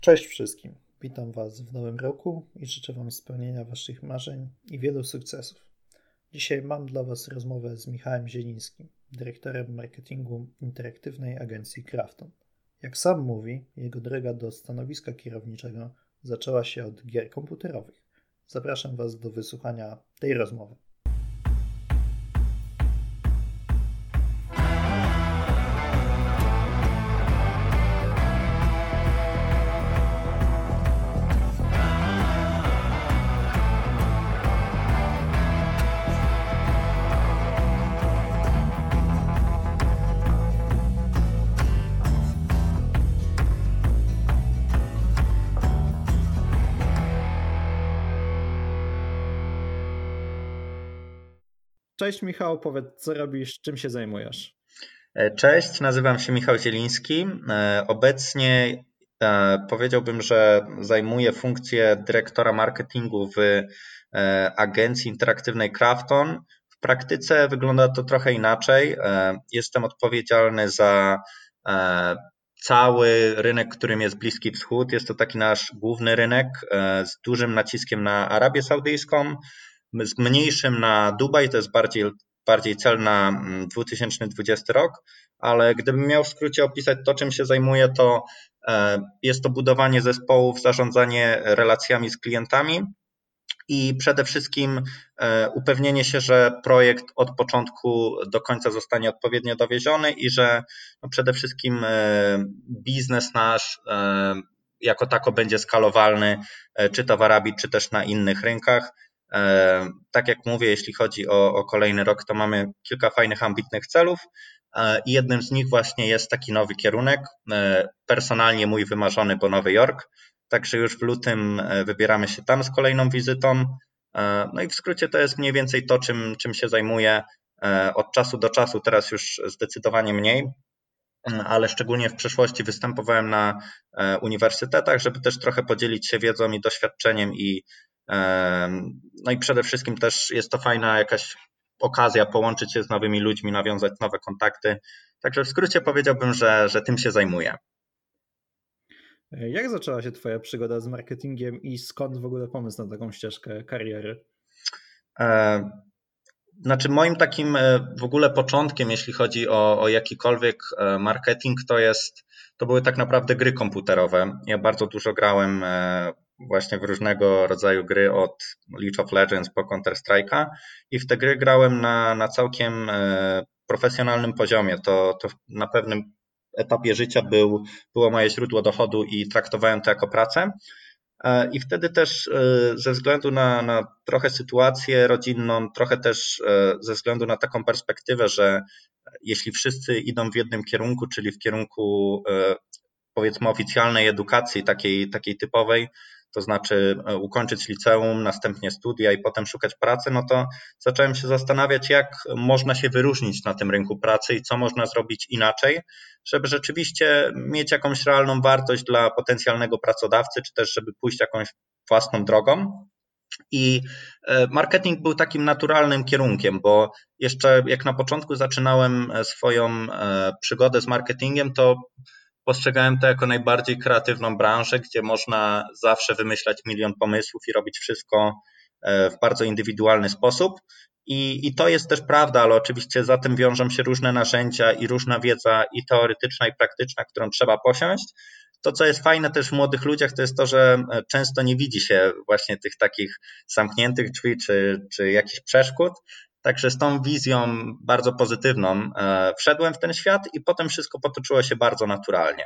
Cześć wszystkim, witam Was w nowym roku i życzę Wam spełnienia Waszych marzeń i wielu sukcesów. Dzisiaj mam dla Was rozmowę z Michałem Zielińskim, dyrektorem marketingu interaktywnej agencji Krafton. Jak sam mówi, jego droga do stanowiska kierowniczego zaczęła się od gier komputerowych. Zapraszam Was do wysłuchania tej rozmowy. Cześć Michał, powiedz, co robisz, czym się zajmujesz? Cześć, nazywam się Michał Zieliński. Obecnie powiedziałbym, że zajmuję funkcję dyrektora marketingu w agencji interaktywnej Krafton. W praktyce wygląda to trochę inaczej. Jestem odpowiedzialny za cały rynek, którym jest Bliski Wschód. Jest to taki nasz główny rynek z dużym naciskiem na Arabię Saudyjską, z mniejszym na Dubaj, to jest bardziej cel na 2020 rok, ale gdybym miał w skrócie opisać to, czym się zajmuję, to jest to budowanie zespołów, zarządzanie relacjami z klientami i przede wszystkim upewnienie się, że projekt od początku do końca zostanie odpowiednio dowieziony i że przede wszystkim biznes nasz jako tako będzie skalowalny, czy to w Arabii, czy też na innych rynkach. Tak jak mówię, jeśli chodzi o kolejny rok, to mamy kilka fajnych, ambitnych celów i jednym z nich właśnie jest taki nowy kierunek, personalnie mój wymarzony, bo Nowy Jork, także już w lutym wybieramy się tam z kolejną wizytą. No i w skrócie to jest mniej więcej to, czym się zajmuję od czasu do czasu, teraz już zdecydowanie mniej, ale szczególnie w przeszłości występowałem na uniwersytetach, żeby też trochę podzielić się wiedzą i doświadczeniem no i przede wszystkim też jest to fajna jakaś okazja połączyć się z nowymi ludźmi, nawiązać nowe kontakty. Także w skrócie powiedziałbym, że tym się zajmuję. Jak zaczęła się Twoja przygoda z marketingiem i skąd w ogóle pomysł na taką ścieżkę kariery? Znaczy moim takim w ogóle początkiem, jeśli chodzi o jakikolwiek marketing, to były tak naprawdę gry komputerowe. Ja bardzo dużo grałem właśnie w różnego rodzaju gry, od League of Legends po Counter-Strike'a i w te gry grałem na całkiem profesjonalnym poziomie. To na pewnym etapie życia było moje źródło dochodu i traktowałem to jako pracę. I wtedy też ze względu na trochę sytuację rodzinną, trochę też ze względu na taką perspektywę, że jeśli wszyscy idą w jednym kierunku, czyli w kierunku powiedzmy oficjalnej edukacji, takiej typowej, to znaczy ukończyć liceum, następnie studia i potem szukać pracy, no to zacząłem się zastanawiać, jak można się wyróżnić na tym rynku pracy i co można zrobić inaczej, żeby rzeczywiście mieć jakąś realną wartość dla potencjalnego pracodawcy, czy też żeby pójść jakąś własną drogą. I marketing był takim naturalnym kierunkiem, bo jeszcze jak na początku zaczynałem swoją przygodę z marketingiem, to postrzegałem to jako najbardziej kreatywną branżę, gdzie można zawsze wymyślać milion pomysłów i robić wszystko w bardzo indywidualny sposób. I to jest też prawda, ale oczywiście za tym wiążą się różne narzędzia i różna wiedza i teoretyczna, i praktyczna, którą trzeba posiąść. To, co jest fajne też w młodych ludziach, to jest to, że często nie widzi się właśnie tych takich zamkniętych drzwi czy jakichś przeszkód. Także z tą wizją bardzo pozytywną wszedłem w ten świat i potem wszystko potoczyło się bardzo naturalnie.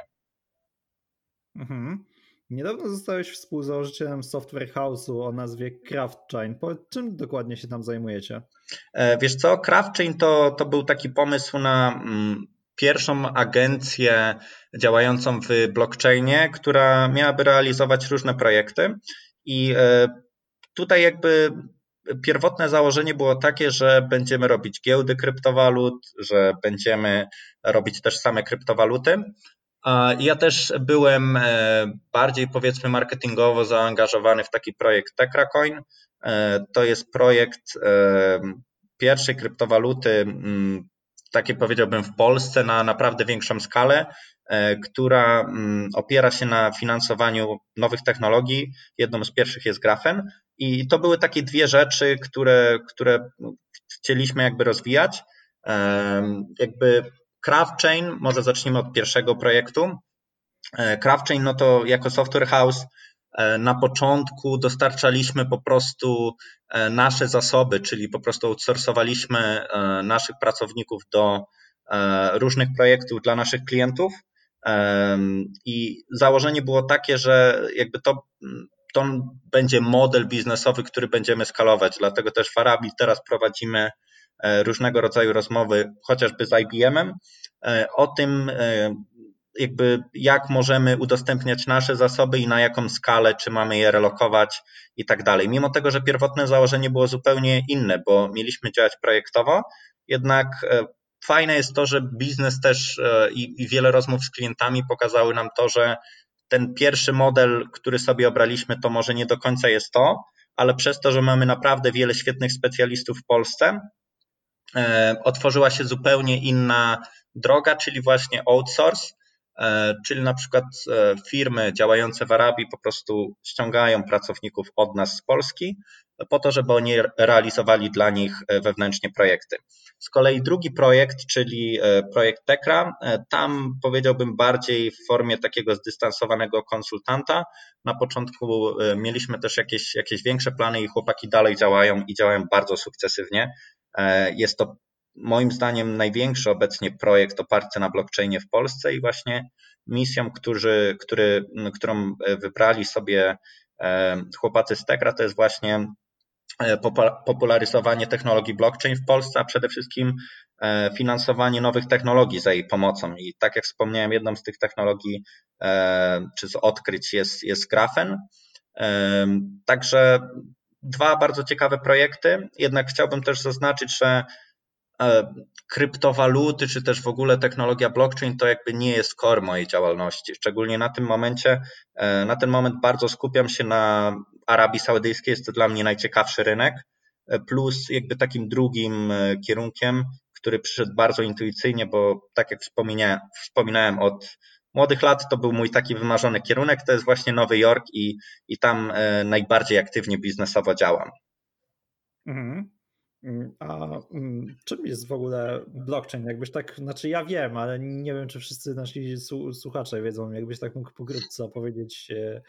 Niedawno zostałeś współzałożycielem software house'u o nazwie Craftchain. Czym dokładnie się tam zajmujecie? Wiesz co, Craftchain to był taki pomysł na pierwszą agencję działającą w blockchainie, która miałaby realizować różne projekty i tutaj jakby pierwotne założenie było takie, że będziemy robić giełdy kryptowalut, że będziemy robić też same kryptowaluty. Ja też byłem bardziej powiedzmy marketingowo zaangażowany w taki projekt TekraCoin. To jest projekt pierwszej kryptowaluty takie powiedziałbym w Polsce na naprawdę większą skalę, która opiera się na finansowaniu nowych technologii. Jedną z pierwszych jest grafen i to były takie dwie rzeczy, które chcieliśmy jakby rozwijać. Jakby CraftChain, może zacznijmy od pierwszego projektu. CraftChain, no to jako software house na początku dostarczaliśmy po prostu nasze zasoby, czyli po prostu outsourcowaliśmy naszych pracowników do różnych projektów dla naszych klientów i założenie było takie, że jakby to będzie model biznesowy, który będziemy skalować, dlatego też w Arabii teraz prowadzimy różnego rodzaju rozmowy, chociażby z IBM-em, o tym, jakby jak możemy udostępniać nasze zasoby i na jaką skalę, czy mamy je relokować i tak dalej. Mimo tego, że pierwotne założenie było zupełnie inne, bo mieliśmy działać projektowo, jednak fajne jest to, że biznes też i wiele rozmów z klientami pokazały nam to, że ten pierwszy model, który sobie obraliśmy, to może nie do końca jest to, ale przez to, że mamy naprawdę wiele świetnych specjalistów w Polsce, otworzyła się zupełnie inna droga, czyli właśnie outsource, czyli na przykład firmy działające w Arabii po prostu ściągają pracowników od nas z Polski po to, żeby oni realizowali dla nich wewnętrznie projekty. Z kolei drugi projekt, czyli projekt Tekra, tam powiedziałbym bardziej w formie takiego zdystansowanego konsultanta. Na początku mieliśmy też jakieś większe plany i chłopaki dalej działają i działają bardzo sukcesywnie. Jest to moim zdaniem największy obecnie projekt oparty na blockchainie w Polsce i właśnie misją, którą wybrali sobie chłopacy z Tekra, to jest właśnie popularyzowanie technologii blockchain w Polsce, a przede wszystkim finansowanie nowych technologii za jej pomocą. I tak jak wspomniałem, jedną z tych technologii czy z odkryć jest grafen. Także dwa bardzo ciekawe projekty, jednak chciałbym też zaznaczyć, że kryptowaluty, czy też w ogóle technologia blockchain to jakby nie jest core mojej działalności. Szczególnie na tym momencie, na ten moment bardzo skupiam się na Arabii Saudyjskiej, jest to dla mnie najciekawszy rynek, plus jakby takim drugim kierunkiem, który przyszedł bardzo intuicyjnie, bo tak jak wspominałem od młodych lat, to był mój taki wymarzony kierunek, to jest właśnie Nowy Jork i tam najbardziej aktywnie biznesowo działam. Mhm. A czym jest w ogóle blockchain? Jakbyś tak, znaczy ja wiem, ale nie wiem, czy wszyscy nasi słuchacze wiedzą, jakbyś tak mógł pokrótce opowiedzieć,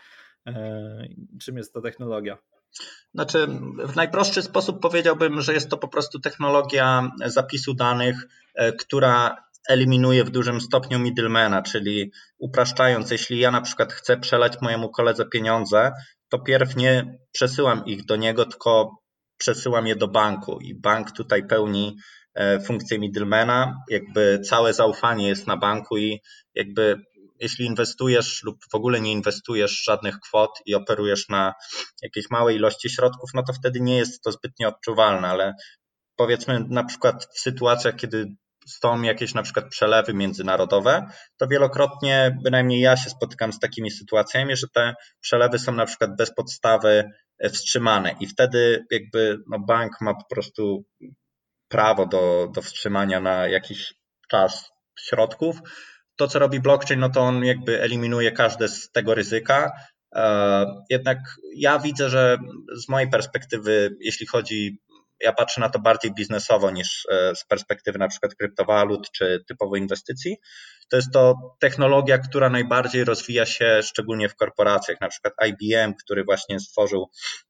czym jest ta technologia. Znaczy, w najprostszy sposób powiedziałbym, że jest to po prostu technologia zapisu danych, która eliminuje w dużym stopniu middlemana, czyli upraszczając, jeśli ja na przykład chcę przelać mojemu koledze pieniądze, to pierw nie przesyłam ich do niego, tylko przesyłam je do banku i bank tutaj pełni funkcję middlemana, jakby całe zaufanie jest na banku i jakby jeśli inwestujesz lub w ogóle nie inwestujesz żadnych kwot i operujesz na jakiejś małej ilości środków, no to wtedy nie jest to zbytnio odczuwalne, ale powiedzmy na przykład w sytuacjach, kiedy są jakieś na przykład przelewy międzynarodowe, to wielokrotnie, bynajmniej ja się spotykam z takimi sytuacjami, że te przelewy są na przykład bez podstawy wstrzymane i wtedy jakby bank ma po prostu prawo do wstrzymania na jakiś czas środków. To, co robi blockchain, no to on jakby eliminuje każde z tego ryzyka. Jednak ja widzę, że z mojej perspektywy, jeśli chodzi, ja patrzę na to bardziej biznesowo niż z perspektywy na przykład kryptowalut czy typowo inwestycji, to jest to technologia, która najbardziej rozwija się szczególnie w korporacjach, na przykład IBM, który właśnie stworzył,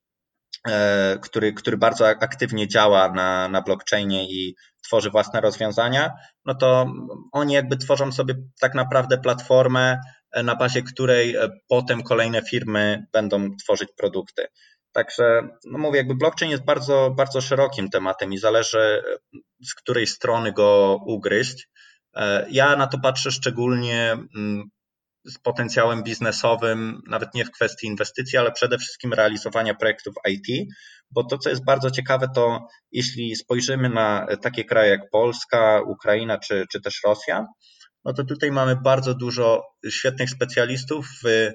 który bardzo aktywnie działa na blockchainie i tworzy własne rozwiązania, no to oni jakby tworzą sobie tak naprawdę platformę, na bazie której potem kolejne firmy będą tworzyć produkty. Także no mówię, jakby blockchain jest bardzo, bardzo szerokim tematem i zależy, z której strony go ugryźć. Ja na to patrzę szczególnie z potencjałem biznesowym, nawet nie w kwestii inwestycji, ale przede wszystkim realizowania projektów IT, bo to, co jest bardzo ciekawe, to jeśli spojrzymy na takie kraje jak Polska, Ukraina czy też Rosja, no to tutaj mamy bardzo dużo świetnych specjalistów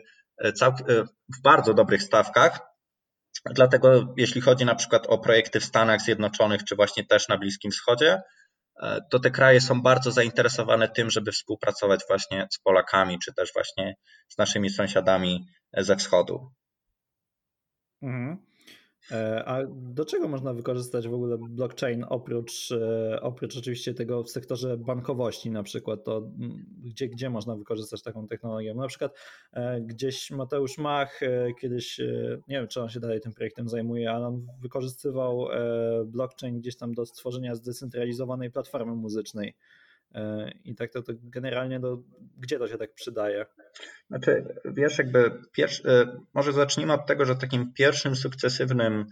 w bardzo dobrych stawkach. Dlatego jeśli chodzi na przykład o projekty w Stanach Zjednoczonych, czy właśnie też na Bliskim Wschodzie, to te kraje są bardzo zainteresowane tym, żeby współpracować właśnie z Polakami, czy też właśnie z naszymi sąsiadami ze wschodu. Mhm. A do czego można wykorzystać w ogóle blockchain oprócz oczywiście tego w sektorze bankowości na przykład, to gdzie można wykorzystać taką technologię? Na przykład gdzieś Mateusz Mach kiedyś, nie wiem czy on się dalej tym projektem zajmuje, ale on wykorzystywał blockchain gdzieś tam do stworzenia zdecentralizowanej platformy muzycznej. I tak to generalnie gdzie to się tak przydaje? Znaczy, wiesz, może zacznijmy od tego, że takim pierwszym sukcesywnym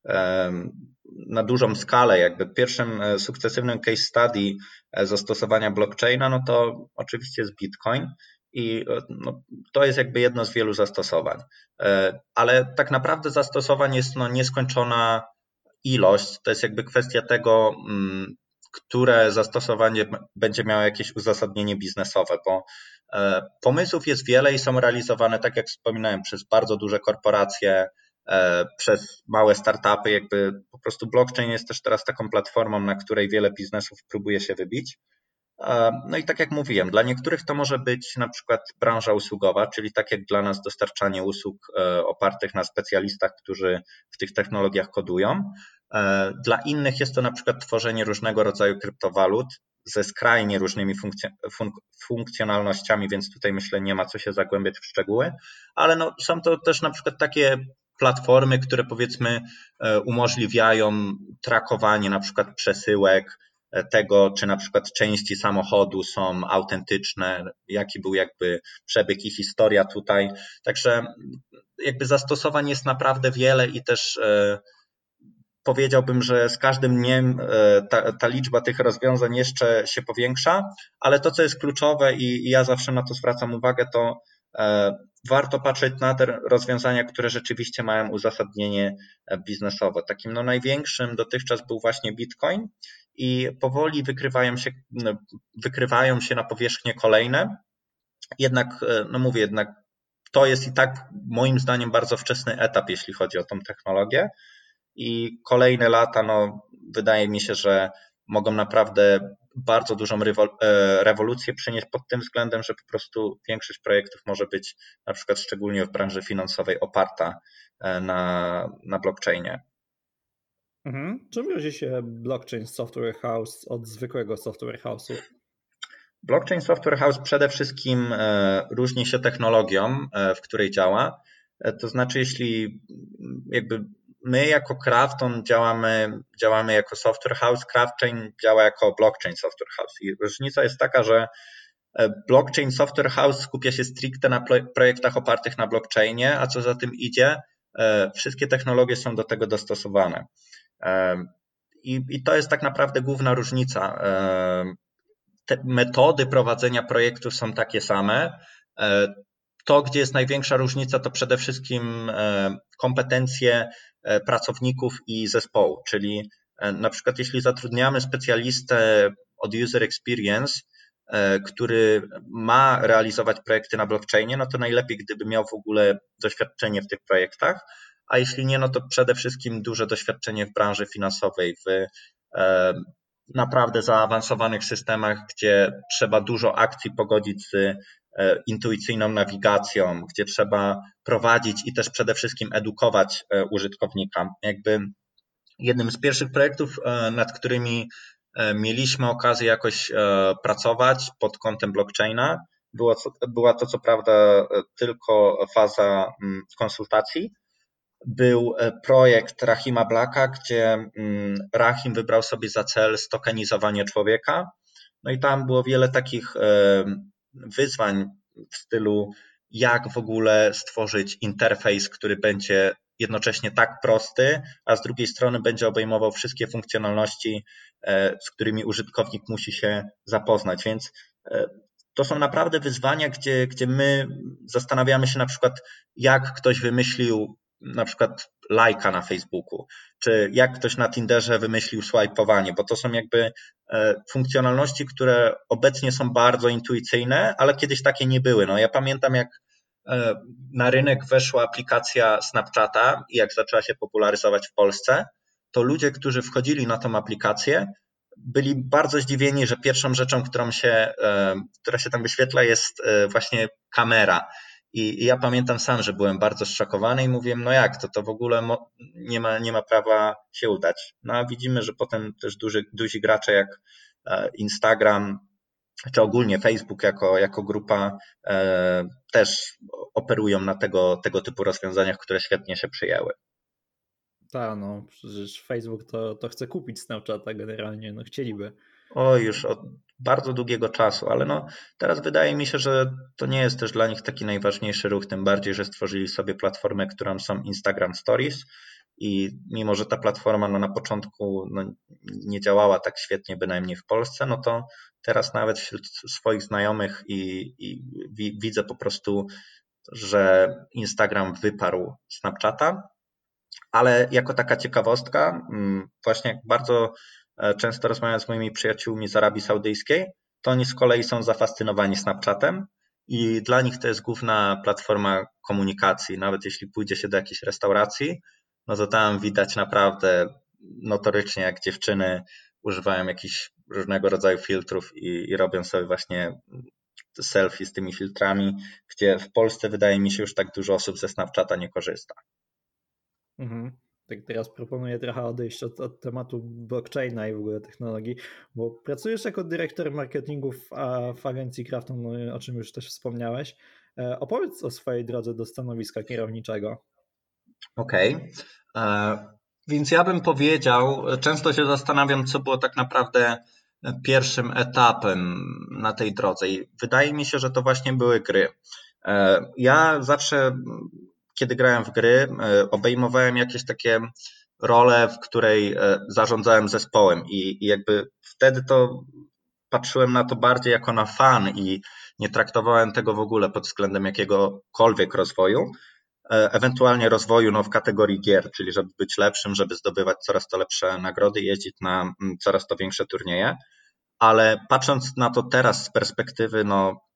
na dużą skalę, jakby pierwszym sukcesywnym case study zastosowania blockchaina, no to oczywiście jest Bitcoin i no, to jest jakby jedno z wielu zastosowań. Ale tak naprawdę zastosowań jest nieskończona ilość. To jest jakby kwestia tego, które zastosowanie będzie miało jakieś uzasadnienie biznesowe, bo pomysłów jest wiele i są realizowane, tak jak wspominałem, przez bardzo duże korporacje, przez małe startupy. Jakby po prostu blockchain jest też teraz taką platformą, na której wiele biznesów próbuje się wybić. No i tak jak mówiłem, dla niektórych to może być na przykład branża usługowa, czyli tak jak dla nas dostarczanie usług opartych na specjalistach, którzy w tych technologiach kodują. Dla innych jest to na przykład tworzenie różnego rodzaju kryptowalut ze skrajnie różnymi funkcjonalnościami, więc tutaj myślę nie ma co się zagłębiać w szczegóły, ale no, są to też na przykład takie platformy, które powiedzmy umożliwiają trakowanie na przykład przesyłek, tego, czy na przykład części samochodu są autentyczne, jaki był jakby przebieg i historia tutaj. Także jakby zastosowań jest naprawdę wiele i też powiedziałbym, że z każdym dniem ta liczba tych rozwiązań jeszcze się powiększa, ale to, co jest kluczowe i ja zawsze na to zwracam uwagę, to warto patrzeć na te rozwiązania, które rzeczywiście mają uzasadnienie biznesowe. Takim największym dotychczas był właśnie Bitcoin i powoli wykrywają się na powierzchnię kolejne. Jednak, jednak to jest i tak moim zdaniem bardzo wczesny etap, jeśli chodzi o tą technologię i kolejne lata, wydaje mi się, że mogą naprawdę bardzo dużą rewolucję przynieść pod tym względem, że po prostu większość projektów może być na przykład szczególnie w branży finansowej oparta na blockchainie. Czym różni się blockchain software house od zwykłego software house'u? Blockchain Software House przede wszystkim różni się technologią, w której działa. To znaczy, jeśli jakby my jako Krafton działamy jako software house, Kraftchain działa jako blockchain software house. I różnica jest taka, że blockchain software house skupia się stricte na projektach opartych na blockchainie, a co za tym idzie, wszystkie technologie są do tego dostosowane. I to jest tak naprawdę główna różnica. Te metody prowadzenia projektów są takie same. To, gdzie jest największa różnica, to przede wszystkim kompetencje pracowników i zespołu, czyli na przykład jeśli zatrudniamy specjalistę od user experience, który ma realizować projekty na blockchainie, no to najlepiej, gdyby miał w ogóle doświadczenie w tych projektach, a jeśli nie, no to przede wszystkim duże doświadczenie w branży finansowej, w naprawdę zaawansowanych systemach, gdzie trzeba dużo akcji pogodzić z intuicyjną nawigacją, gdzie trzeba prowadzić i też przede wszystkim edukować użytkownika. Jakby jednym z pierwszych projektów, nad którymi mieliśmy okazję jakoś pracować pod kątem blockchaina, była to co prawda tylko faza konsultacji. Był projekt Rahima Blacka, gdzie Rahim wybrał sobie za cel stokenizowanie człowieka. No i tam było wiele takich wyzwań w stylu, jak w ogóle stworzyć interfejs, który będzie jednocześnie tak prosty, a z drugiej strony będzie obejmował wszystkie funkcjonalności, z którymi użytkownik musi się zapoznać. Więc to są naprawdę wyzwania, gdzie my zastanawiamy się na przykład, jak ktoś wymyślił na przykład lajka na Facebooku, czy jak ktoś na Tinderze wymyślił swajpowanie, bo to są jakby funkcjonalności, które obecnie są bardzo intuicyjne, ale kiedyś takie nie były. Ja pamiętam, jak na rynek weszła aplikacja Snapchata i jak zaczęła się popularyzować w Polsce, to ludzie, którzy wchodzili na tą aplikację, byli bardzo zdziwieni, że pierwszą rzeczą, która się tam wyświetla, jest właśnie kamera. I ja pamiętam sam, że byłem bardzo zszokowany i mówiłem, no jak to w ogóle nie ma prawa się udać. No a widzimy, że potem też duzi gracze jak Instagram, czy ogólnie Facebook jako grupa też operują na tego typu rozwiązaniach, które świetnie się przyjęły. Tak, no przecież Facebook to chce kupić Snapchata generalnie, no chcieliby. Już od bardzo długiego czasu, ale no teraz wydaje mi się, że to nie jest też dla nich taki najważniejszy ruch, tym bardziej, że stworzyli sobie platformę, którą są Instagram Stories i mimo, że ta platforma na początku nie działała tak świetnie, bynajmniej w Polsce, no to teraz nawet wśród swoich znajomych i widzę po prostu, że Instagram wyparł Snapchata, ale jako taka ciekawostka, właśnie jak bardzo często rozmawiam z moimi przyjaciółmi z Arabii Saudyjskiej, to oni z kolei są zafascynowani Snapchatem i dla nich to jest główna platforma komunikacji. Nawet jeśli pójdzie się do jakiejś restauracji, no to tam widać naprawdę notorycznie, jak dziewczyny używają jakichś różnego rodzaju filtrów i robią sobie właśnie selfie z tymi filtrami, gdzie w Polsce wydaje mi się już tak dużo osób ze Snapchata nie korzysta. Mhm. Tak teraz proponuję trochę odejść od tematu blockchaina i w ogóle technologii, bo pracujesz jako dyrektor marketingu w agencji Krafton, no, o czym już też wspomniałeś. Opowiedz o swojej drodze do stanowiska kierowniczego. Okej. Więc ja bym powiedział, często się zastanawiam, co było tak naprawdę pierwszym etapem na tej drodze i wydaje mi się, że to właśnie były gry. Ja zawsze, kiedy grałem w gry, obejmowałem jakieś takie role, w której zarządzałem zespołem i jakby wtedy to patrzyłem na to bardziej jako na fan i nie traktowałem tego w ogóle pod względem jakiegokolwiek rozwoju, ewentualnie rozwoju w kategorii gier, czyli żeby być lepszym, żeby zdobywać coraz to lepsze nagrody, jeździć na coraz to większe turnieje, ale patrząc na to teraz z perspektywy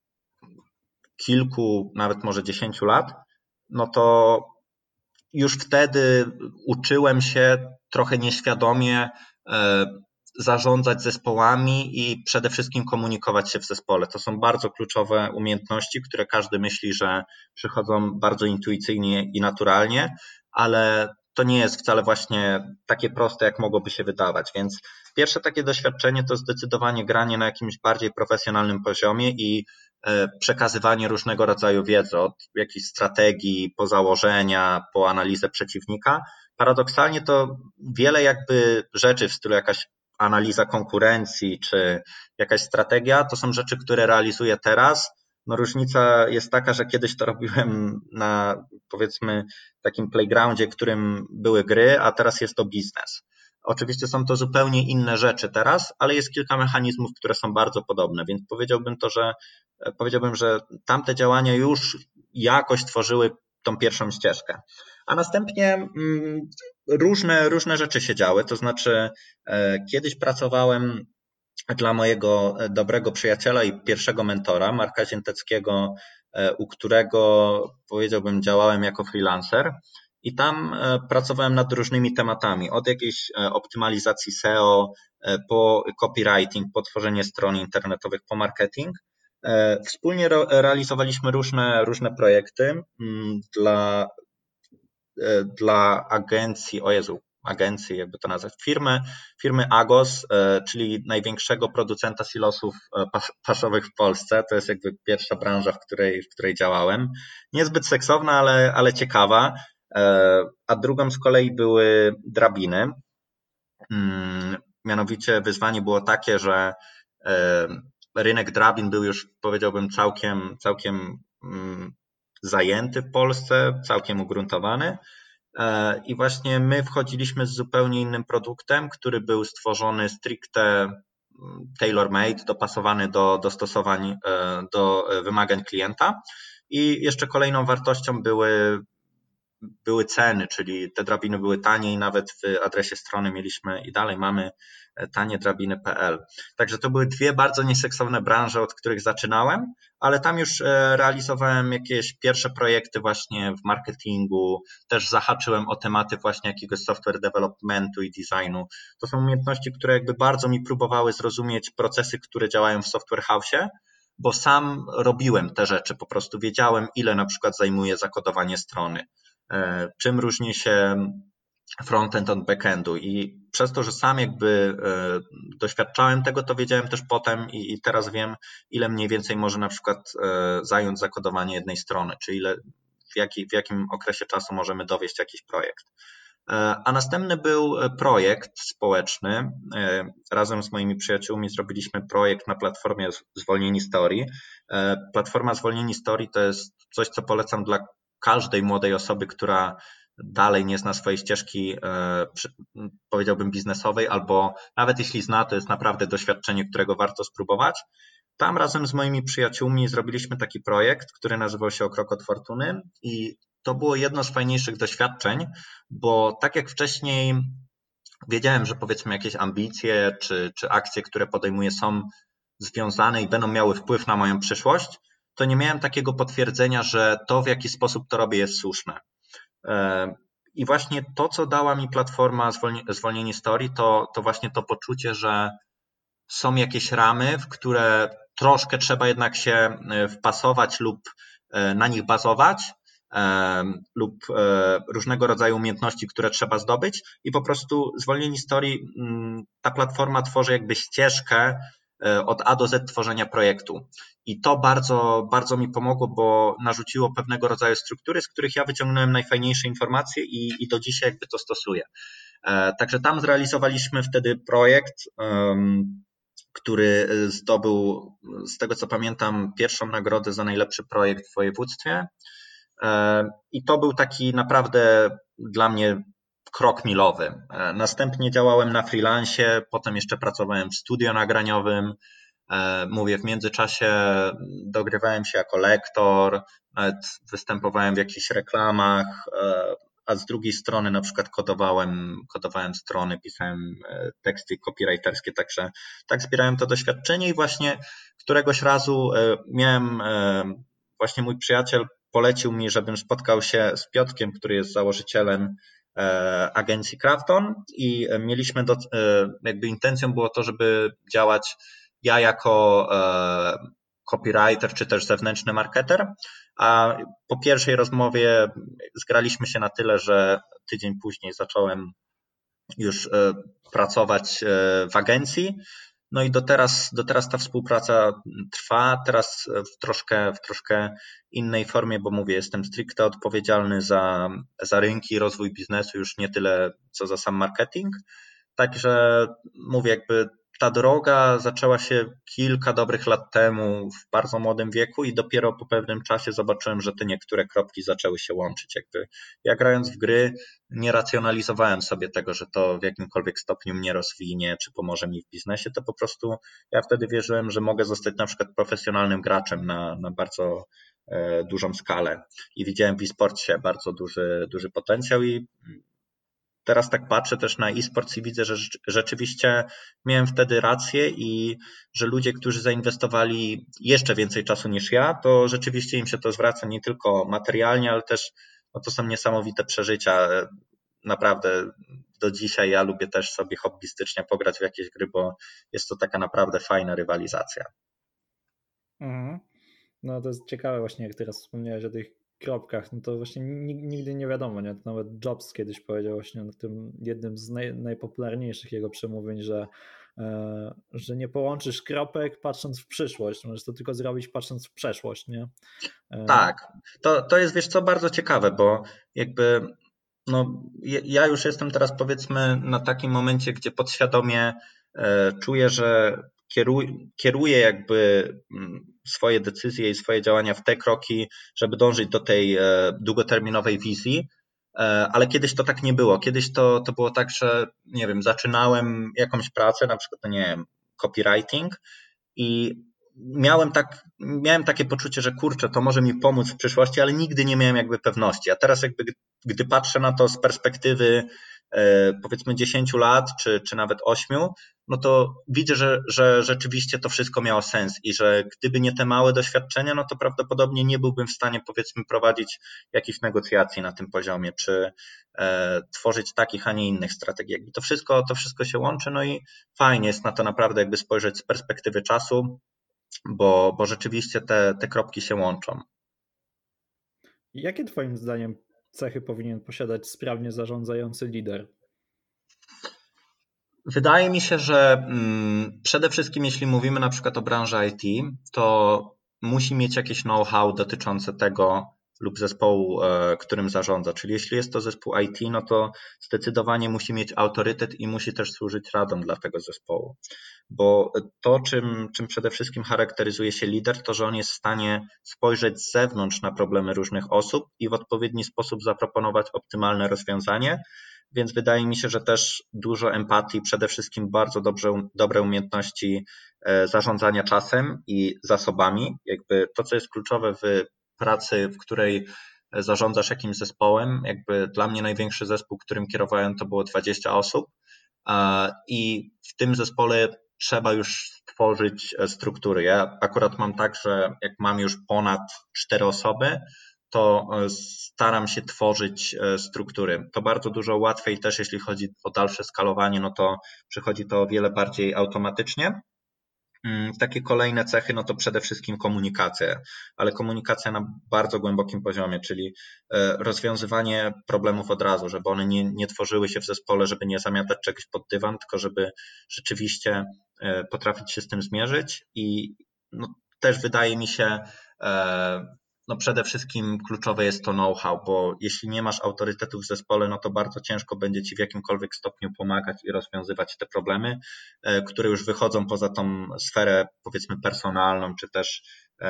kilku, nawet może 10 lat, no to już wtedy uczyłem się trochę nieświadomie zarządzać zespołami i przede wszystkim komunikować się w zespole. To są bardzo kluczowe umiejętności, które każdy myśli, że przychodzą bardzo intuicyjnie i naturalnie, ale to nie jest wcale właśnie takie proste, jak mogłoby się wydawać. Więc pierwsze takie doświadczenie to zdecydowanie granie na jakimś bardziej profesjonalnym poziomie i przekazywanie różnego rodzaju wiedzy, od jakichś strategii, po założenia, po analizę przeciwnika. Paradoksalnie to wiele jakby rzeczy w stylu jakaś analiza konkurencji czy jakaś strategia, to są rzeczy, które realizuję teraz. No różnica jest taka, że kiedyś to robiłem na powiedzmy takim playgroundzie, którym były gry, a teraz jest to biznes. Oczywiście są to zupełnie inne rzeczy teraz, ale jest kilka mechanizmów, które są bardzo podobne, więc powiedziałbym, że tamte działania już jakoś tworzyły tą pierwszą ścieżkę. A następnie różne rzeczy się działy, to znaczy kiedyś pracowałem dla mojego dobrego przyjaciela i pierwszego mentora, Marka Zięteckiego, u którego powiedziałbym działałem jako freelancer i tam pracowałem nad różnymi tematami, od jakiejś optymalizacji SEO, po copywriting, po tworzenie stron internetowych, po marketing. Wspólnie realizowaliśmy różne projekty dla agencji, agencji, jakby to nazwać, firmy Agos, czyli największego producenta silosów paszowych w Polsce. To jest jakby pierwsza branża, w której działałem. Niezbyt seksowna, ale ciekawa. A drugą z kolei były drabiny. Mianowicie wyzwanie było takie, że rynek drabin był już, powiedziałbym, całkiem zajęty w Polsce, całkiem ugruntowany. I właśnie my wchodziliśmy z zupełnie innym produktem, który był stworzony stricte tailor-made, dopasowany do dostosowań, do wymagań klienta. I jeszcze kolejną wartością były ceny, czyli te drabiny były taniej, nawet w adresie strony mieliśmy i dalej mamy taniedrabiny.pl. Także to były dwie bardzo nieseksowne branże, od których zaczynałem, ale tam już realizowałem jakieś pierwsze projekty właśnie w marketingu, też zahaczyłem o tematy właśnie jakiegoś software developmentu i designu. To są umiejętności, które jakby bardzo mi próbowały zrozumieć procesy, które działają w software house'ie, bo sam robiłem te rzeczy, po prostu wiedziałem, ile na przykład zajmuje zakodowanie strony, czym różni się frontend od backendu i przez to, że sam jakby doświadczałem tego, to wiedziałem też potem i teraz wiem, ile mniej więcej może na przykład zająć zakodowanie jednej strony, czy ile, w jakim okresie czasu możemy dowieść jakiś projekt. A następny był projekt społeczny. Razem z moimi przyjaciółmi zrobiliśmy projekt na platformie Zwolnieni Story. Platforma Zwolnieni Story to jest coś, co polecam dla każdej młodej osoby, która dalej nie zna swojej ścieżki, powiedziałbym, biznesowej, albo nawet jeśli zna, to jest naprawdę doświadczenie, którego warto spróbować. Tam razem z moimi przyjaciółmi zrobiliśmy taki projekt, który nazywał się O krok od fortuny i to było jedno z fajniejszych doświadczeń, bo tak jak wcześniej wiedziałem, że powiedzmy jakieś ambicje czy akcje, które podejmuję, są związane i będą miały wpływ na moją przyszłość, to nie miałem takiego potwierdzenia, że to, w jaki sposób to robię, jest słuszne. I właśnie to, co dała mi platforma Zwolnieni Story, to właśnie to poczucie, że są jakieś ramy, w które troszkę trzeba jednak się wpasować lub na nich bazować, lub różnego rodzaju umiejętności, które trzeba zdobyć i po prostu Zwolnieni Story, ta platforma tworzy jakby ścieżkę od A do Z tworzenia projektu i to bardzo, bardzo mi pomogło, bo narzuciło pewnego rodzaju struktury, z których ja wyciągnąłem najfajniejsze informacje i do dzisiaj jakby to stosuję. Także tam zrealizowaliśmy wtedy projekt, który zdobył, z tego co pamiętam, pierwszą nagrodę za najlepszy projekt w województwie. I to był taki naprawdę dla mnie krok milowy. Następnie działałem na freelancie, potem jeszcze pracowałem w studio nagraniowym. Mówię, w międzyczasie dogrywałem się jako lektor, nawet występowałem w jakichś reklamach, a z drugiej strony na przykład kodowałem strony, pisałem teksty copywriterskie, także tak zbierałem to doświadczenie i właśnie któregoś razu miałem, właśnie mój przyjaciel polecił mi, żebym spotkał się z Piotrkiem, który jest założycielem agencji Krafton i mieliśmy jakby intencją było to, żeby działać ja jako copywriter czy też zewnętrzny marketer, a po pierwszej rozmowie zgraliśmy się na tyle, że tydzień później zacząłem już pracować w agencji. No i do teraz ta współpraca trwa, teraz w troszkę innej formie, bo mówię, jestem stricte odpowiedzialny za rynki i rozwój biznesu, już nie tyle co za sam marketing. Także mówię, jakby ta droga zaczęła się kilka dobrych lat temu w bardzo młodym wieku i dopiero po pewnym czasie zobaczyłem, że te niektóre kropki zaczęły się łączyć. Jakby ja grając w gry nie racjonalizowałem sobie tego, że to w jakimkolwiek stopniu mnie rozwinie czy pomoże mi w biznesie, to po prostu ja wtedy wierzyłem, że mogę zostać na przykład profesjonalnym graczem na bardzo dużą skalę i widziałem w e-sporcie bardzo duży potencjał i teraz tak patrzę też na e-sport i widzę, że rzeczywiście miałem wtedy rację i że ludzie, którzy zainwestowali jeszcze więcej czasu niż ja, to rzeczywiście im się to zwraca nie tylko materialnie, ale też no to są niesamowite przeżycia. Naprawdę do dzisiaj ja lubię też sobie hobbystycznie pograć w jakieś gry, bo jest to taka naprawdę fajna rywalizacja. No to jest ciekawe właśnie, jak teraz wspomniałeś o tych kropkach, no to właśnie nigdy nie wiadomo, nie? To nawet Jobs kiedyś powiedział właśnie na tym jednym z najpopularniejszych jego przemówień, że nie połączysz kropek patrząc w przyszłość, możesz to tylko zrobić patrząc w przeszłość, nie? Tak, to jest, wiesz co, bardzo ciekawe, bo jakby no, ja już jestem teraz powiedzmy na takim momencie, gdzie podświadomie czuję, że kieruję jakby swoje decyzje i swoje działania w te kroki, żeby dążyć do tej długoterminowej wizji, ale kiedyś to tak nie było. Kiedyś to było tak, że nie wiem, zaczynałem jakąś pracę, na przykład, nie wiem, copywriting i miałem takie poczucie, że kurczę, to może mi pomóc w przyszłości, ale nigdy nie miałem jakby pewności. A teraz jakby, gdy patrzę na to z perspektywy powiedzmy 10 lat, czy nawet 8, no to widzę, że rzeczywiście to wszystko miało sens i że gdyby nie te małe doświadczenia, no to prawdopodobnie nie byłbym w stanie, powiedzmy, prowadzić jakichś negocjacji na tym poziomie, czy tworzyć takich, a nie innych strategii. Jakby to wszystko się łączy, no i fajnie jest na to naprawdę jakby spojrzeć z perspektywy czasu, bo rzeczywiście te kropki się łączą. Jakie twoim zdaniem cechy powinien posiadać sprawnie zarządzający lider? Wydaje mi się, że przede wszystkim jeśli mówimy na przykład o branży IT, to musi mieć jakieś know-how dotyczące tego lub zespołu, którym zarządza. Czyli jeśli jest to zespół IT, no to zdecydowanie musi mieć autorytet i musi też służyć radą dla tego zespołu. Bo to, czym przede wszystkim charakteryzuje się lider, to że on jest w stanie spojrzeć z zewnątrz na problemy różnych osób i w odpowiedni sposób zaproponować optymalne rozwiązanie. Więc wydaje mi się, że też dużo empatii, przede wszystkim bardzo dobre umiejętności zarządzania czasem i zasobami. Jakby to, co jest kluczowe w pracy, w której zarządzasz jakimś zespołem, jakby dla mnie największy zespół, którym kierowałem, to było 20 osób i w tym zespole trzeba już stworzyć struktury. Ja akurat mam tak, że jak mam już ponad 4 osoby, to staram się tworzyć struktury. To bardzo dużo łatwiej też, jeśli chodzi o dalsze skalowanie, no to przychodzi to o wiele bardziej automatycznie. Takie kolejne cechy, no to przede wszystkim komunikacja, ale komunikacja na bardzo głębokim poziomie, czyli rozwiązywanie problemów od razu, żeby one nie tworzyły się w zespole, żeby nie zamiatać czegoś pod dywan, tylko żeby rzeczywiście potrafić się z tym zmierzyć i no, też wydaje mi się, no przede wszystkim kluczowe jest to know-how, bo jeśli nie masz autorytetu w zespole, no to bardzo ciężko będzie ci w jakimkolwiek stopniu pomagać i rozwiązywać te problemy, które już wychodzą poza tą sferę, powiedzmy, personalną, czy też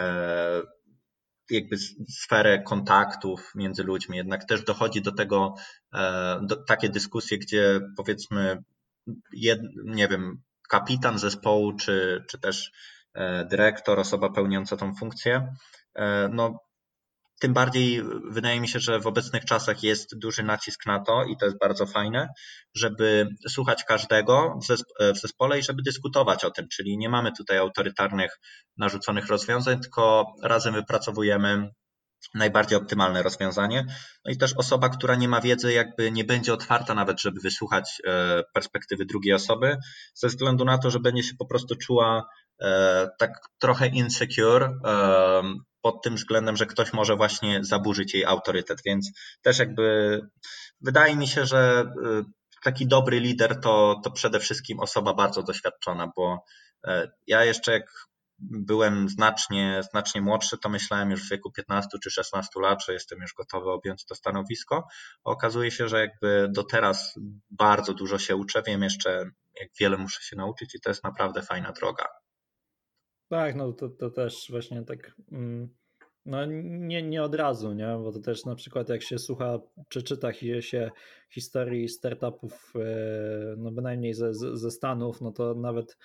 jakby sferę kontaktów między ludźmi. Jednak też dochodzi do tego takie dyskusje, gdzie powiedzmy, nie wiem, kapitan zespołu, czy też dyrektor, osoba pełniąca tą funkcję, no tym bardziej wydaje mi się, że w obecnych czasach jest duży nacisk na to i to jest bardzo fajne, żeby słuchać każdego w zespole i żeby dyskutować o tym, czyli nie mamy tutaj autorytarnych, narzuconych rozwiązań, tylko razem wypracowujemy najbardziej optymalne rozwiązanie. No i też osoba, która nie ma wiedzy, jakby nie będzie otwarta nawet, żeby wysłuchać perspektywy drugiej osoby, ze względu na to, że będzie się po prostu czuła tak trochę insecure pod tym względem, że ktoś może właśnie zaburzyć jej autorytet, więc też jakby wydaje mi się, że taki dobry lider to przede wszystkim osoba bardzo doświadczona, bo ja jeszcze jak byłem znacznie młodszy, to myślałem już w wieku 15 czy 16 lat, że jestem już gotowy objąć to stanowisko. Okazuje się, że jakby do teraz bardzo dużo się uczę, wiem jeszcze, jak wiele muszę się nauczyć i to jest naprawdę fajna droga. Tak, no to też właśnie tak, no nie od razu, nie? Bo to też na przykład jak się słucha czy czyta się historii startupów, no bynajmniej ze Stanów, no to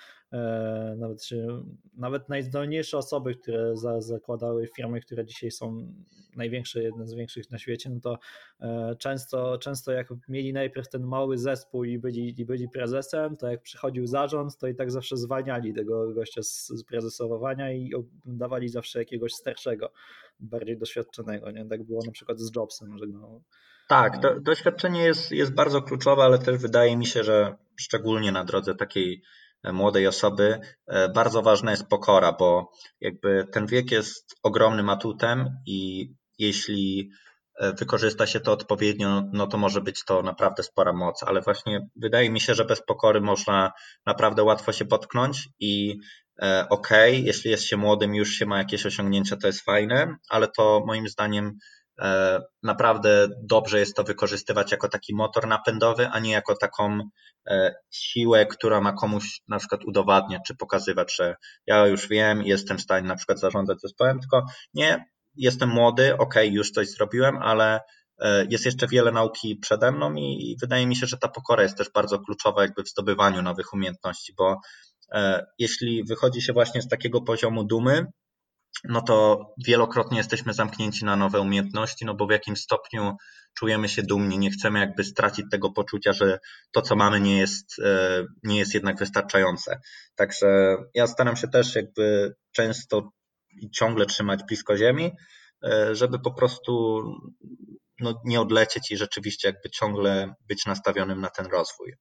nawet najzdolniejsze osoby, które zakładały firmy, które dzisiaj są największe, jedne z większych na świecie, no to często jak mieli najpierw ten mały zespół i byli prezesem, to jak przychodził zarząd, to i tak zawsze zwalniali tego gościa z prezesowania i dawali zawsze jakiegoś starszego, bardziej doświadczonego, nie? Tak było na przykład z Jobsem, że no, Tak, doświadczenie jest bardzo kluczowe, ale też wydaje mi się, że szczególnie na drodze takiej młodej osoby bardzo ważna jest pokora, bo jakby ten wiek jest ogromnym atutem i jeśli wykorzysta się to odpowiednio, no to może być to naprawdę spora moc, ale właśnie wydaje mi się, że bez pokory można naprawdę łatwo się potknąć i okej, jeśli jest się młodym, już się ma jakieś osiągnięcia, to jest fajne, ale to moim zdaniem naprawdę dobrze jest to wykorzystywać jako taki motor napędowy, a nie jako taką siłę, która ma komuś na przykład udowadniać, czy pokazywać, że ja już wiem i jestem w stanie na przykład zarządzać zespołem, tylko nie, jestem młody, okej, już coś zrobiłem, ale jest jeszcze wiele nauki przede mną i wydaje mi się, że ta pokora jest też bardzo kluczowa jakby w zdobywaniu nowych umiejętności, bo jeśli wychodzi się właśnie z takiego poziomu dumy, no to wielokrotnie jesteśmy zamknięci na nowe umiejętności, no bo w jakimś stopniu czujemy się dumni, nie chcemy jakby stracić tego poczucia, że to, co mamy, nie jest jednak wystarczające. Także ja staram się też jakby często i ciągle trzymać blisko ziemi, żeby po prostu no, nie odlecieć i rzeczywiście jakby ciągle być nastawionym na ten rozwój.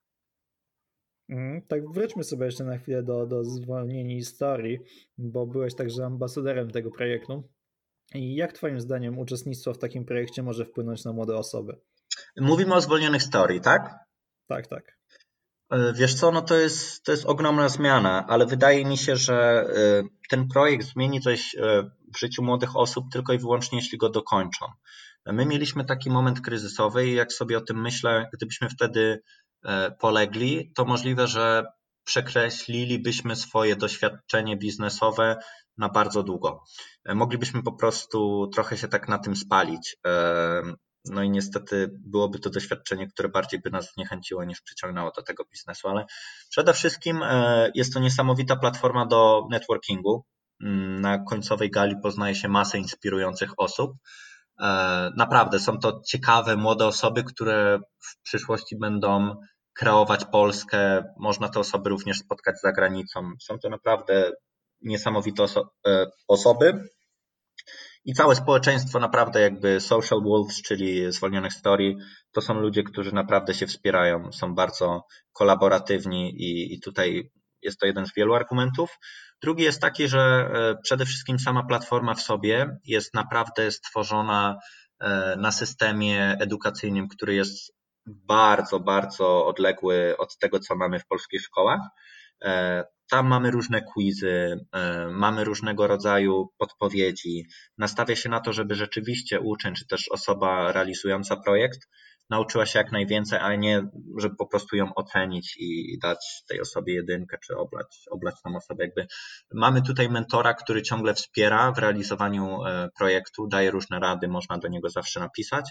Tak, wróćmy sobie jeszcze na chwilę do zwolnieni historii, bo byłeś także ambasadorem tego projektu. I jak Twoim zdaniem uczestnictwo w takim projekcie może wpłynąć na młode osoby? Mówimy o zwolnionych story, tak? Tak, tak. Wiesz co, no to jest ogromna zmiana, ale wydaje mi się, że ten projekt zmieni coś w życiu młodych osób tylko i wyłącznie, jeśli go dokończą. My mieliśmy taki moment kryzysowy i jak sobie o tym myślę, gdybyśmy wtedy polegli, to możliwe, że przekreślilibyśmy swoje doświadczenie biznesowe na bardzo długo. Moglibyśmy po prostu trochę się tak na tym spalić. No i niestety byłoby to doświadczenie, które bardziej by nas zniechęciło niż przyciągnęło do tego biznesu, ale przede wszystkim jest to niesamowita platforma do networkingu. Na końcowej gali poznaje się masę inspirujących osób. Naprawdę są to ciekawe, młode osoby, które w przyszłości będą kreować Polskę. Można te osoby również spotkać za granicą. Są to naprawdę niesamowite osoby. I całe społeczeństwo naprawdę jakby social wolves, czyli zwolnionych story, to są ludzie, którzy naprawdę się wspierają, są bardzo kolaboratywni i tutaj jest to jeden z wielu argumentów. Drugi jest taki, że przede wszystkim sama platforma w sobie jest naprawdę stworzona na systemie edukacyjnym, który jest bardzo, bardzo odległy od tego, co mamy w polskich szkołach. Tam mamy różne quizy, mamy różnego rodzaju podpowiedzi. Nastawia się na to, żeby rzeczywiście uczeń, czy też osoba realizująca projekt nauczyła się jak najwięcej, a nie, żeby po prostu ją ocenić i dać tej osobie jedynkę, czy oblać tą osobę. Jakby mamy tutaj mentora, który ciągle wspiera w realizowaniu projektu, daje różne rady, można do niego zawsze napisać.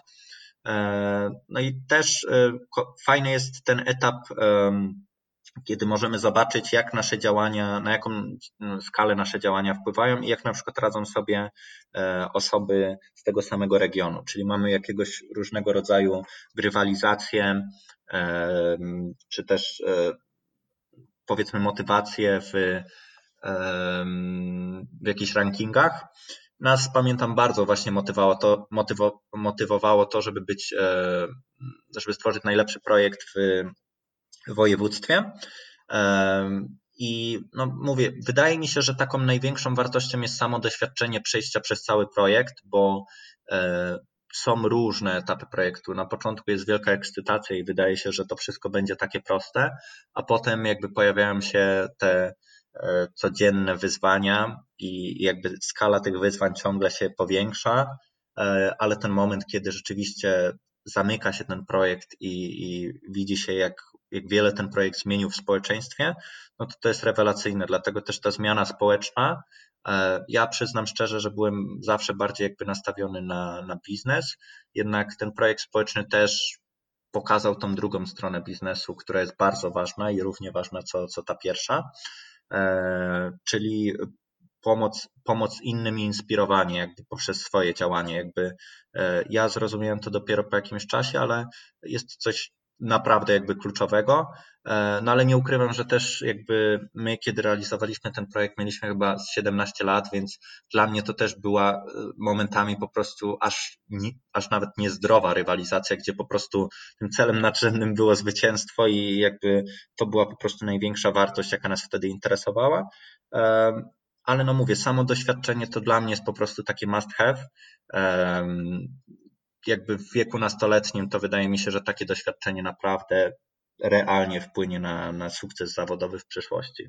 No i też fajny jest ten etap, kiedy możemy zobaczyć, jak nasze działania, na jaką skalę nasze działania wpływają i jak na przykład radzą sobie osoby z tego samego regionu. Czyli mamy jakiegoś różnego rodzaju rywalizację, czy też powiedzmy motywację w jakichś rankingach. Nas, pamiętam, bardzo właśnie motywowało to, żeby stworzyć najlepszy projekt w województwie. I no mówię, wydaje mi się, że taką największą wartością jest samo doświadczenie przejścia przez cały projekt, bo są różne etapy projektu. Na początku jest wielka ekscytacja i wydaje się, że to wszystko będzie takie proste, a potem jakby pojawiają się te codzienne wyzwania i jakby skala tych wyzwań ciągle się powiększa, ale ten moment, kiedy rzeczywiście zamyka się ten projekt i widzi się, jak wiele ten projekt zmienił w społeczeństwie, no to jest rewelacyjne, dlatego też ta zmiana społeczna, ja przyznam szczerze, że byłem zawsze bardziej jakby nastawiony na biznes, jednak ten projekt społeczny też pokazał tą drugą stronę biznesu, która jest bardzo ważna i równie ważna co ta pierwsza, czyli pomoc innym i inspirowanie jakby poprzez swoje działanie. Jakby ja zrozumiałem to dopiero po jakimś czasie, ale jest coś naprawdę jakby kluczowego, no ale nie ukrywam, że też jakby my, kiedy realizowaliśmy ten projekt, mieliśmy chyba 17 lat, więc dla mnie to też była momentami po prostu aż nawet niezdrowa rywalizacja, gdzie po prostu tym celem nadrzędnym było zwycięstwo i jakby to była po prostu największa wartość, jaka nas wtedy interesowała. Ale no mówię, samo doświadczenie to dla mnie jest po prostu takie must have. Jakby w wieku nastoletnim to wydaje mi się, że takie doświadczenie naprawdę realnie wpłynie na sukces zawodowy w przyszłości.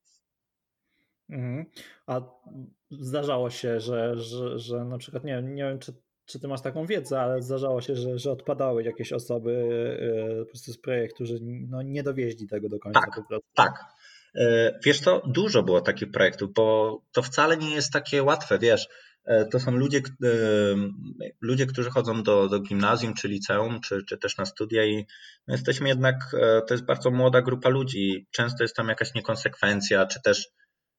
A zdarzało się, że na przykład, nie wiem, czy ty masz taką wiedzę, ale zdarzało się, że odpadały jakieś osoby po prostu z projektu, że no, nie dowieźli tego do końca po prostu. Tak. Wiesz co, dużo było takich projektów, bo to wcale nie jest takie łatwe, wiesz. To są ludzie, którzy chodzą do gimnazjum, czy liceum, czy też na studia i my jesteśmy jednak, to jest bardzo młoda grupa ludzi. Często jest tam jakaś niekonsekwencja, czy też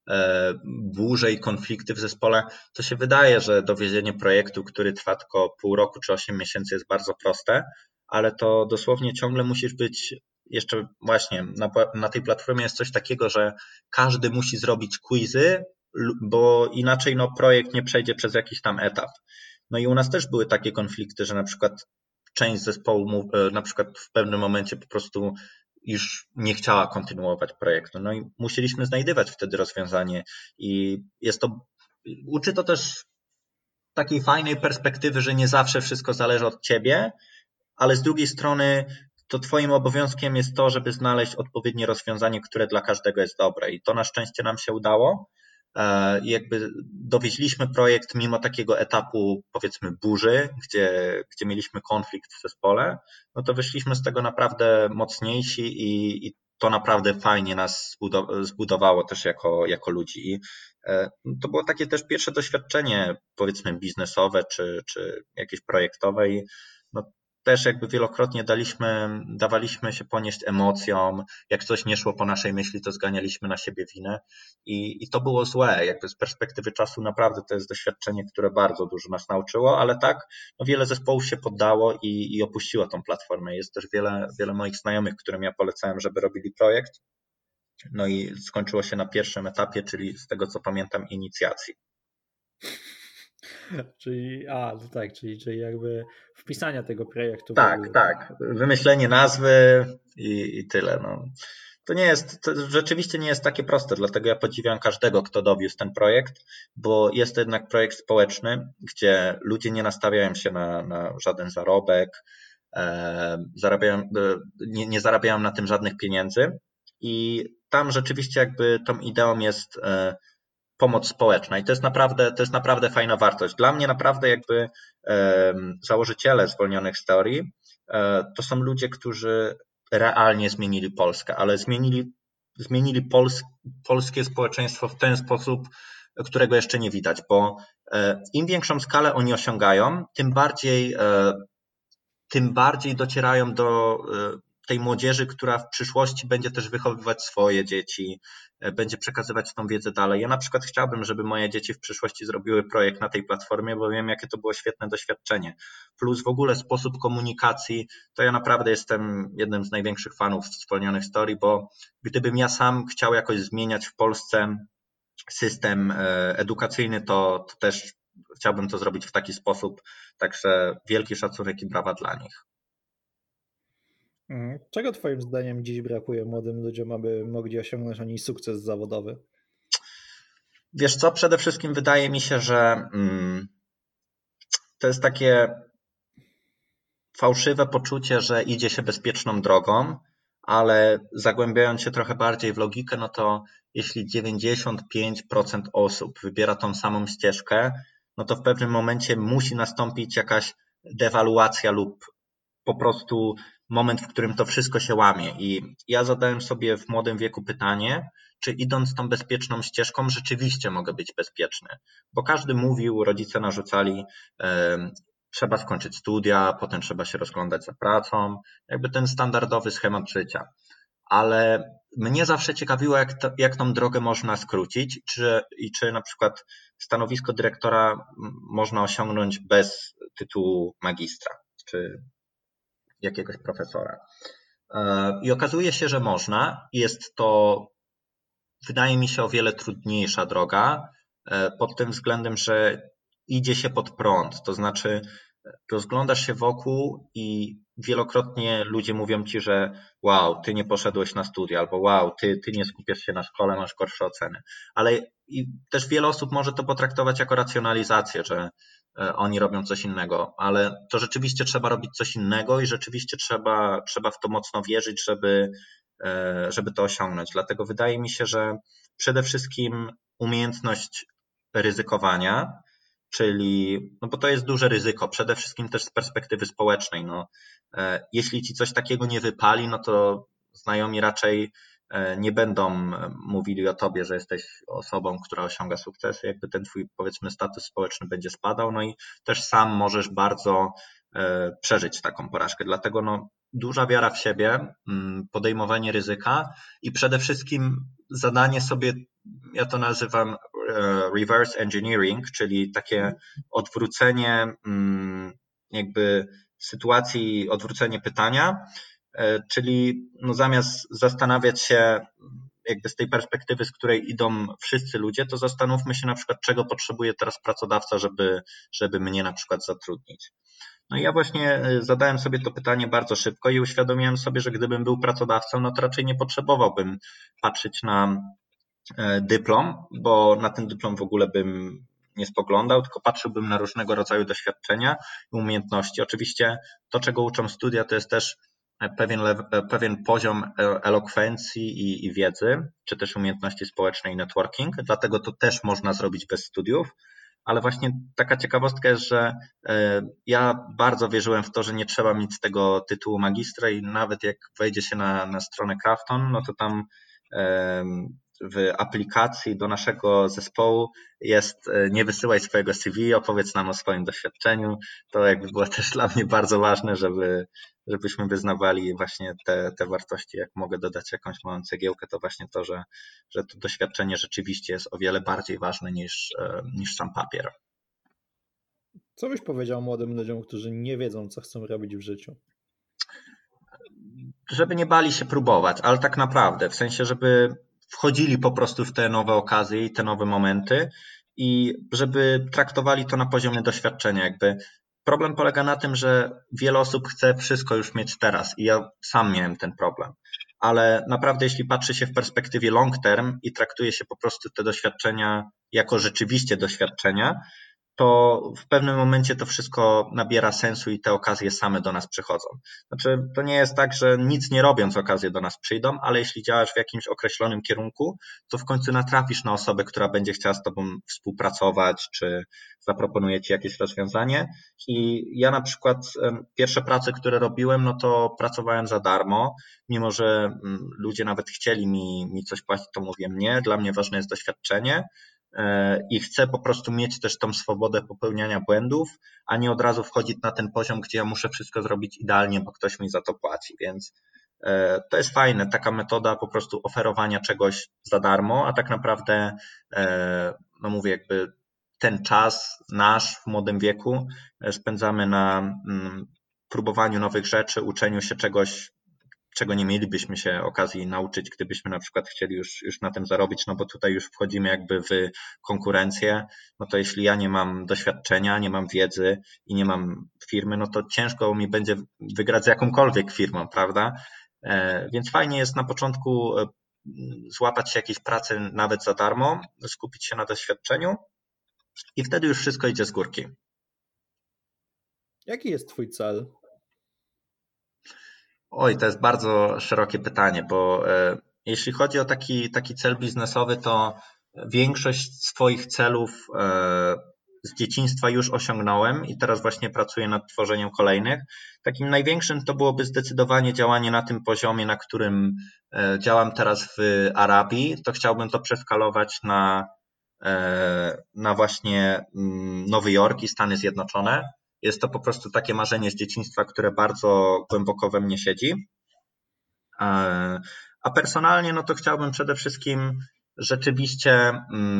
burze i konflikty w zespole, to się wydaje, że dowiezienie projektu, który trwa tylko pół roku czy 8 miesięcy jest bardzo proste, ale to dosłownie ciągle musisz być jeszcze właśnie na tej platformie jest coś takiego, że każdy musi zrobić quizy, bo inaczej projekt nie przejdzie przez jakiś tam etap. No i u nas też były takie konflikty, że na przykład część zespołu na przykład w pewnym momencie po prostu już nie chciała kontynuować projektu. No i musieliśmy znajdywać wtedy rozwiązanie i uczy to też takiej fajnej perspektywy, że nie zawsze wszystko zależy od ciebie, ale z drugiej strony to twoim obowiązkiem jest to, żeby znaleźć odpowiednie rozwiązanie, które dla każdego jest dobre i to na szczęście nam się udało. Jakby dowieźliśmy projekt mimo takiego etapu, powiedzmy, burzy, gdzie mieliśmy konflikt w zespole, no to wyszliśmy z tego naprawdę mocniejsi i to naprawdę fajnie nas zbudowało też jako ludzi. I to było takie też pierwsze doświadczenie, powiedzmy, biznesowe czy jakieś projektowe i no też jakby wielokrotnie dawaliśmy się ponieść emocjom, jak coś nie szło po naszej myśli, to zganialiśmy na siebie winę i to było złe, jakby z perspektywy czasu naprawdę to jest doświadczenie, które bardzo dużo nas nauczyło, ale tak, no wiele zespołów się poddało i opuściło tą platformę. Jest też wiele moich znajomych, którym ja polecałem, żeby robili projekt, no i skończyło się na pierwszym etapie, czyli z tego co pamiętam inicjacji. Czyli jakby wpisania tego projektu. Tak. Wymyślenie nazwy i tyle. No. To rzeczywiście nie jest takie proste, dlatego ja podziwiam każdego, kto dowiózł ten projekt, bo jest to jednak projekt społeczny, gdzie ludzie nie nastawiają się na żaden zarobek, nie zarabiają na tym żadnych pieniędzy i tam rzeczywiście jakby tą ideą jest pomoc społeczna i to jest naprawdę fajna wartość. Dla mnie naprawdę jakby założyciele zwolnionych z teorii to są ludzie, którzy realnie zmienili Polskę, ale zmienili polskie społeczeństwo w ten sposób, którego jeszcze nie widać, bo im większą skalę oni osiągają, tym bardziej docierają do tej młodzieży, która w przyszłości będzie też wychowywać swoje dzieci, będzie przekazywać tą wiedzę dalej. Ja na przykład chciałbym, żeby moje dzieci w przyszłości zrobiły projekt na tej platformie, bo wiem, jakie to było świetne doświadczenie. Plus w ogóle sposób komunikacji, to ja naprawdę jestem jednym z największych fanów zwolnionych z teorii, bo gdybym ja sam chciał jakoś zmieniać w Polsce system edukacyjny, to też chciałbym to zrobić w taki sposób, także wielki szacunek i brawa dla nich. Czego twoim zdaniem dziś brakuje młodym ludziom, aby mogli osiągnąć oni sukces zawodowy? Wiesz co, przede wszystkim wydaje mi się, że to jest takie fałszywe poczucie, że idzie się bezpieczną drogą, ale zagłębiając się trochę bardziej w logikę, no to jeśli 95% osób wybiera tą samą ścieżkę, no to w pewnym momencie musi nastąpić jakaś dewaluacja lub po prostu moment, w którym to wszystko się łamie. I ja zadałem sobie w młodym wieku pytanie, czy idąc tą bezpieczną ścieżką rzeczywiście mogę być bezpieczny. Bo każdy mówił, rodzice narzucali, trzeba skończyć studia, potem trzeba się rozglądać za pracą, jakby ten standardowy schemat życia. Ale mnie zawsze ciekawiło, jak tą drogę można skrócić i czy na przykład stanowisko dyrektora można osiągnąć bez tytułu magistra, czy jakiegoś profesora. I okazuje się, że można. Jest to, wydaje mi się, o wiele trudniejsza droga pod tym względem, że idzie się pod prąd. To znaczy rozglądasz się wokół i wielokrotnie ludzie mówią ci, że wow, ty nie poszedłeś na studia, albo wow, ty nie skupiasz się na szkole, masz gorsze oceny. Ale i też wiele osób może to potraktować jako racjonalizację, że oni robią coś innego, ale to rzeczywiście trzeba robić coś innego i rzeczywiście trzeba w to mocno wierzyć, żeby to osiągnąć. Dlatego wydaje mi się, że przede wszystkim umiejętność ryzykowania, czyli, no bo to jest duże ryzyko, przede wszystkim też z perspektywy społecznej. No, jeśli ci coś takiego nie wypali, no to znajomi raczej nie będą mówili o tobie, że jesteś osobą, która osiąga sukcesy, jakby ten twój, powiedzmy, status społeczny będzie spadał, no i też sam możesz bardzo przeżyć taką porażkę. Dlatego duża wiara w siebie, podejmowanie ryzyka i przede wszystkim zadanie sobie, ja to nazywam reverse engineering, czyli takie odwrócenie jakby sytuacji, odwrócenie pytania, czyli zamiast zastanawiać się jakby z tej perspektywy, z której idą wszyscy ludzie, to zastanówmy się na przykład, czego potrzebuje teraz pracodawca, żeby mnie na przykład zatrudnić. No i ja właśnie zadałem sobie to pytanie bardzo szybko i uświadomiłem sobie, że gdybym był pracodawcą, no to raczej nie potrzebowałbym patrzeć na dyplom, bo na ten dyplom w ogóle bym nie spoglądał, tylko patrzyłbym na różnego rodzaju doświadczenia i umiejętności. Oczywiście to, czego uczą studia, to jest też pewien poziom elokwencji i wiedzy, czy też umiejętności społecznej i networking, dlatego to też można zrobić bez studiów, ale właśnie taka ciekawostka jest, że ja bardzo wierzyłem w to, że nie trzeba mieć tego tytułu magistra i nawet jak wejdzie się na stronę Krafton, no to tam w aplikacji do naszego zespołu jest nie wysyłaj swojego CV, opowiedz nam o swoim doświadczeniu. To jakby było też dla mnie bardzo ważne, żebyśmy wyznawali właśnie te wartości. Jak mogę dodać jakąś małą cegiełkę, to właśnie to, że to doświadczenie rzeczywiście jest o wiele bardziej ważne niż sam papier. Co byś powiedział młodym ludziom, którzy nie wiedzą, co chcą robić w życiu? Żeby nie bali się próbować, ale tak naprawdę, w sensie, żeby wchodzili po prostu w te nowe okazje i te nowe momenty i żeby traktowali to na poziomie doświadczenia. Jakby problem polega na tym, że wiele osób chce wszystko już mieć teraz i ja sam miałem ten problem. Ale naprawdę jeśli patrzy się w perspektywie long term i traktuje się po prostu te doświadczenia jako rzeczywiście doświadczenia, to w pewnym momencie to wszystko nabiera sensu i te okazje same do nas przychodzą. Znaczy, to nie jest tak, że nic nie robiąc okazje do nas przyjdą, ale jeśli działasz w jakimś określonym kierunku, to w końcu natrafisz na osobę, która będzie chciała z tobą współpracować, czy zaproponuje ci jakieś rozwiązanie. I ja na przykład pierwsze prace, które robiłem, no to pracowałem za darmo, mimo że ludzie nawet chcieli mi coś płacić, to mówię nie, dla mnie ważne jest doświadczenie i chcę po prostu mieć też tą swobodę popełniania błędów, a nie od razu wchodzić na ten poziom, gdzie ja muszę wszystko zrobić idealnie, bo ktoś mi za to płaci, więc to jest fajne, taka metoda po prostu oferowania czegoś za darmo, a tak naprawdę, no mówię, jakby ten czas nasz w młodym wieku spędzamy na próbowaniu nowych rzeczy, uczeniu się czegoś, czego nie mielibyśmy się okazji nauczyć, gdybyśmy na przykład chcieli już na tym zarobić, no bo tutaj już wchodzimy jakby w konkurencję, no to jeśli ja nie mam doświadczenia, nie mam wiedzy i nie mam firmy, no to ciężko mi będzie wygrać z jakąkolwiek firmą, prawda? Więc fajnie jest na początku złapać się jakiejś pracy nawet za darmo, skupić się na doświadczeniu i wtedy już wszystko idzie z górki. Jaki jest twój cel? Oj, to jest bardzo szerokie pytanie, bo jeśli chodzi o taki cel biznesowy, to większość swoich celów z dzieciństwa już osiągnąłem i teraz właśnie pracuję nad tworzeniem kolejnych. Takim największym to byłoby zdecydowanie działanie na tym poziomie, na którym działam teraz w Arabii. To chciałbym to przeskalować na właśnie Nowy Jork i Stany Zjednoczone. Jest to po prostu takie marzenie z dzieciństwa, które bardzo głęboko we mnie siedzi. A personalnie, no to chciałbym przede wszystkim rzeczywiście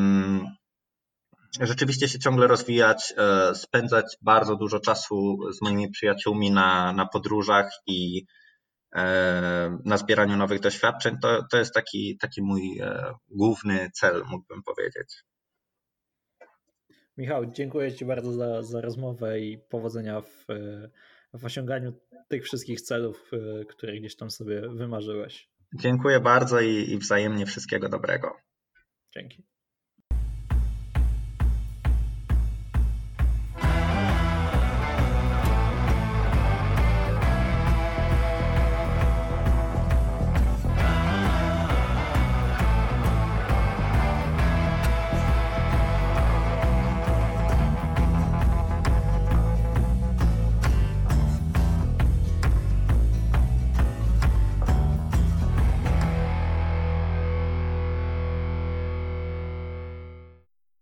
się ciągle rozwijać, spędzać bardzo dużo czasu z moimi przyjaciółmi na podróżach i na zbieraniu nowych doświadczeń. To jest taki mój główny cel, mógłbym powiedzieć. Michał, dziękuję ci bardzo za rozmowę i powodzenia w osiąganiu tych wszystkich celów, które gdzieś tam sobie wymarzyłeś. Dziękuję bardzo i wzajemnie wszystkiego dobrego. Dzięki.